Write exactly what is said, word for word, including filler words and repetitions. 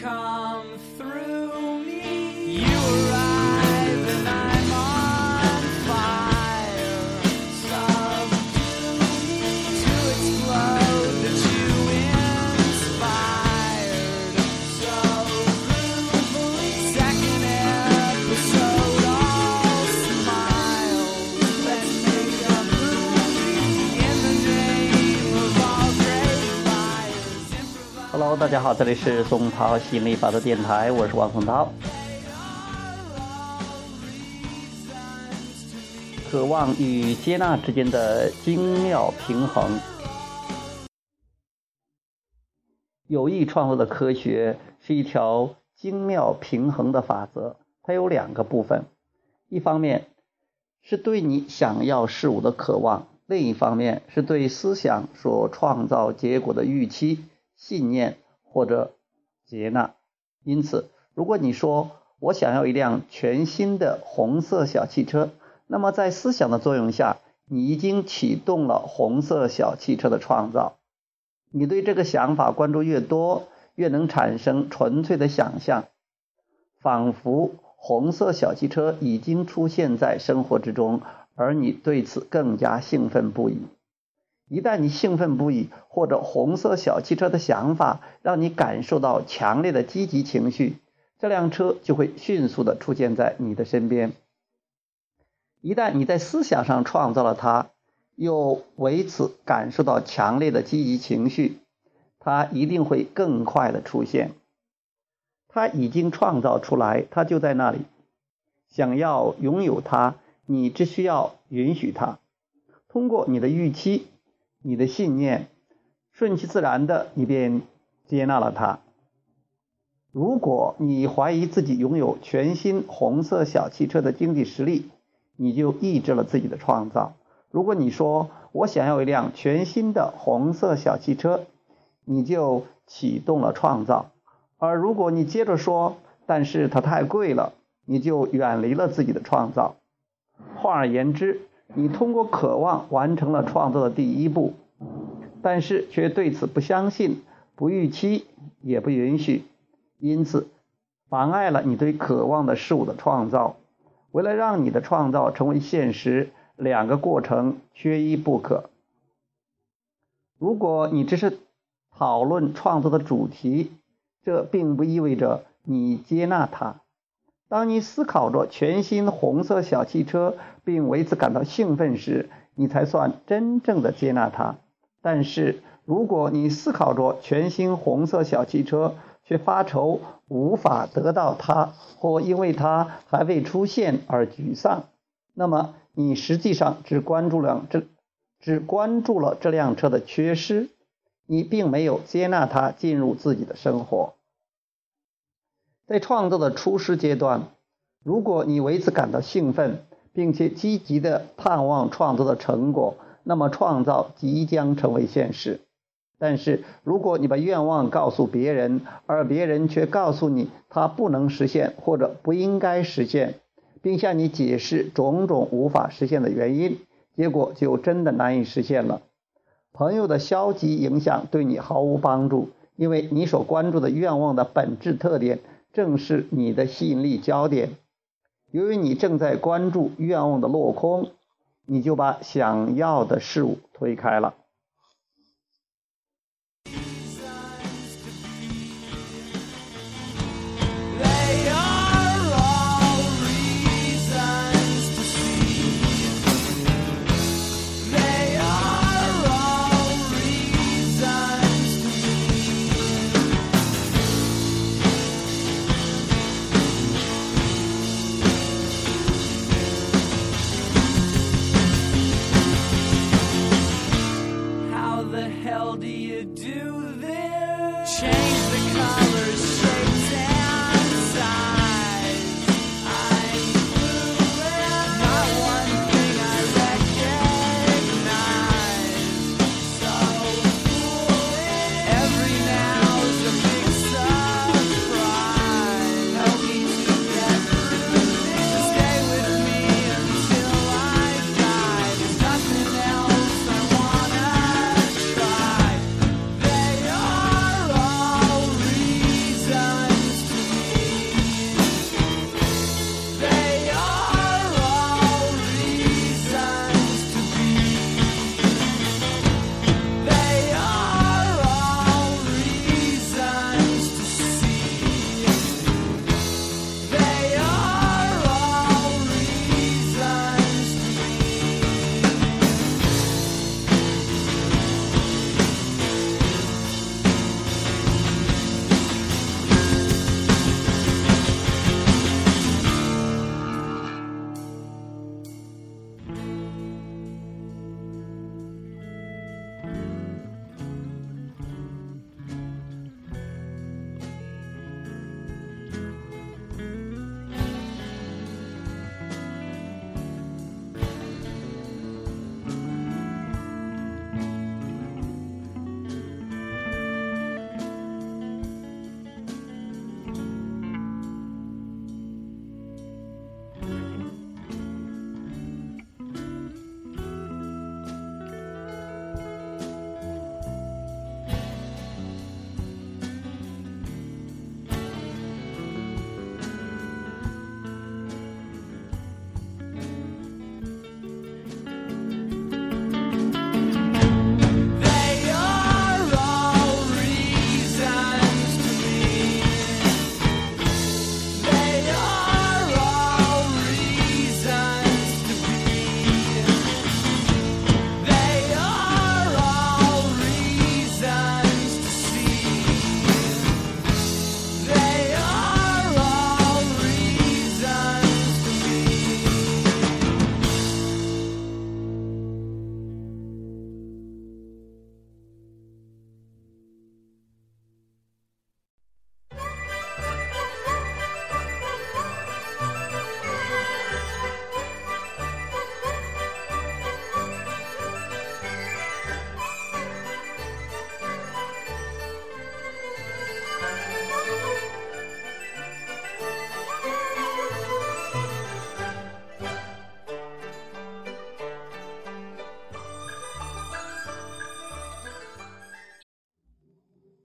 come through me. You arrive and I'm on fire. Subdue me to explode, that you inspired. So brutally. Second episode, all smiles. Let's make a movie in the name of all great fires. Hello， 大家好，这里是松涛吸引力法则电台，我是王松涛。渴望与接纳之间的精妙平衡。有意创作的科学是一条精妙平衡的法则，它有两个部分，一方面是对你想要事物的渴望，另一方面是对思想所创造结果的预期、信念或者接纳。因此，如果你说我想要一辆全新的红色小汽车，那么在思想的作用下，你已经启动了红色小汽车的创造。你对这个想法关注越多，越能产生纯粹的想象，仿佛红色小汽车已经出现在生活之中，而你对此更加兴奋不已。一旦你兴奋不已，或者红色小汽车的想法让你感受到强烈的积极情绪，这辆车就会迅速地出现在你的身边。一旦你在思想上创造了它，又为此感受到强烈的积极情绪，它一定会更快地出现。它已经创造出来，它就在那里。想要拥有它，你只需要允许它。通过你的预期，你的信念，顺其自然的，你便接纳了它。如果你怀疑自己拥有全新红色小汽车的经济实力，你就抑制了自己的创造。如果你说我想要一辆全新的红色小汽车，你就启动了创造。而如果你接着说但是它太贵了，你就远离了自己的创造。换而言之，你通过渴望完成了创造的第一步，但是却对此不相信、不预期，也不允许，因此妨碍了你对渴望的事物的创造。为了让你的创造成为现实，两个过程缺一不可。如果你只是讨论创造的主题，这并不意味着你接纳它。当你思考着全新红色小汽车并为此感到兴奋时，你才算真正的接纳它。但是如果你思考着全新红色小汽车却发愁无法得到它，或因为它还未出现而沮丧，那么你实际上只关注了这只关注了这辆车的缺失，你并没有接纳它进入自己的生活。在创造的初始阶段，如果你为此感到兴奋，并且积极地盼望创造的成果，那么创造即将成为现实。但是如果你把愿望告诉别人，而别人却告诉你它不能实现或者不应该实现，并向你解释种种无法实现的原因，结果就真的难以实现了。朋友的消极影响对你毫无帮助，因为你所关注的愿望的本质特点正是你的吸引力焦点。由于你正在关注愿望的落空，你就把想要的事物推开了。 How the hell do you do this? Change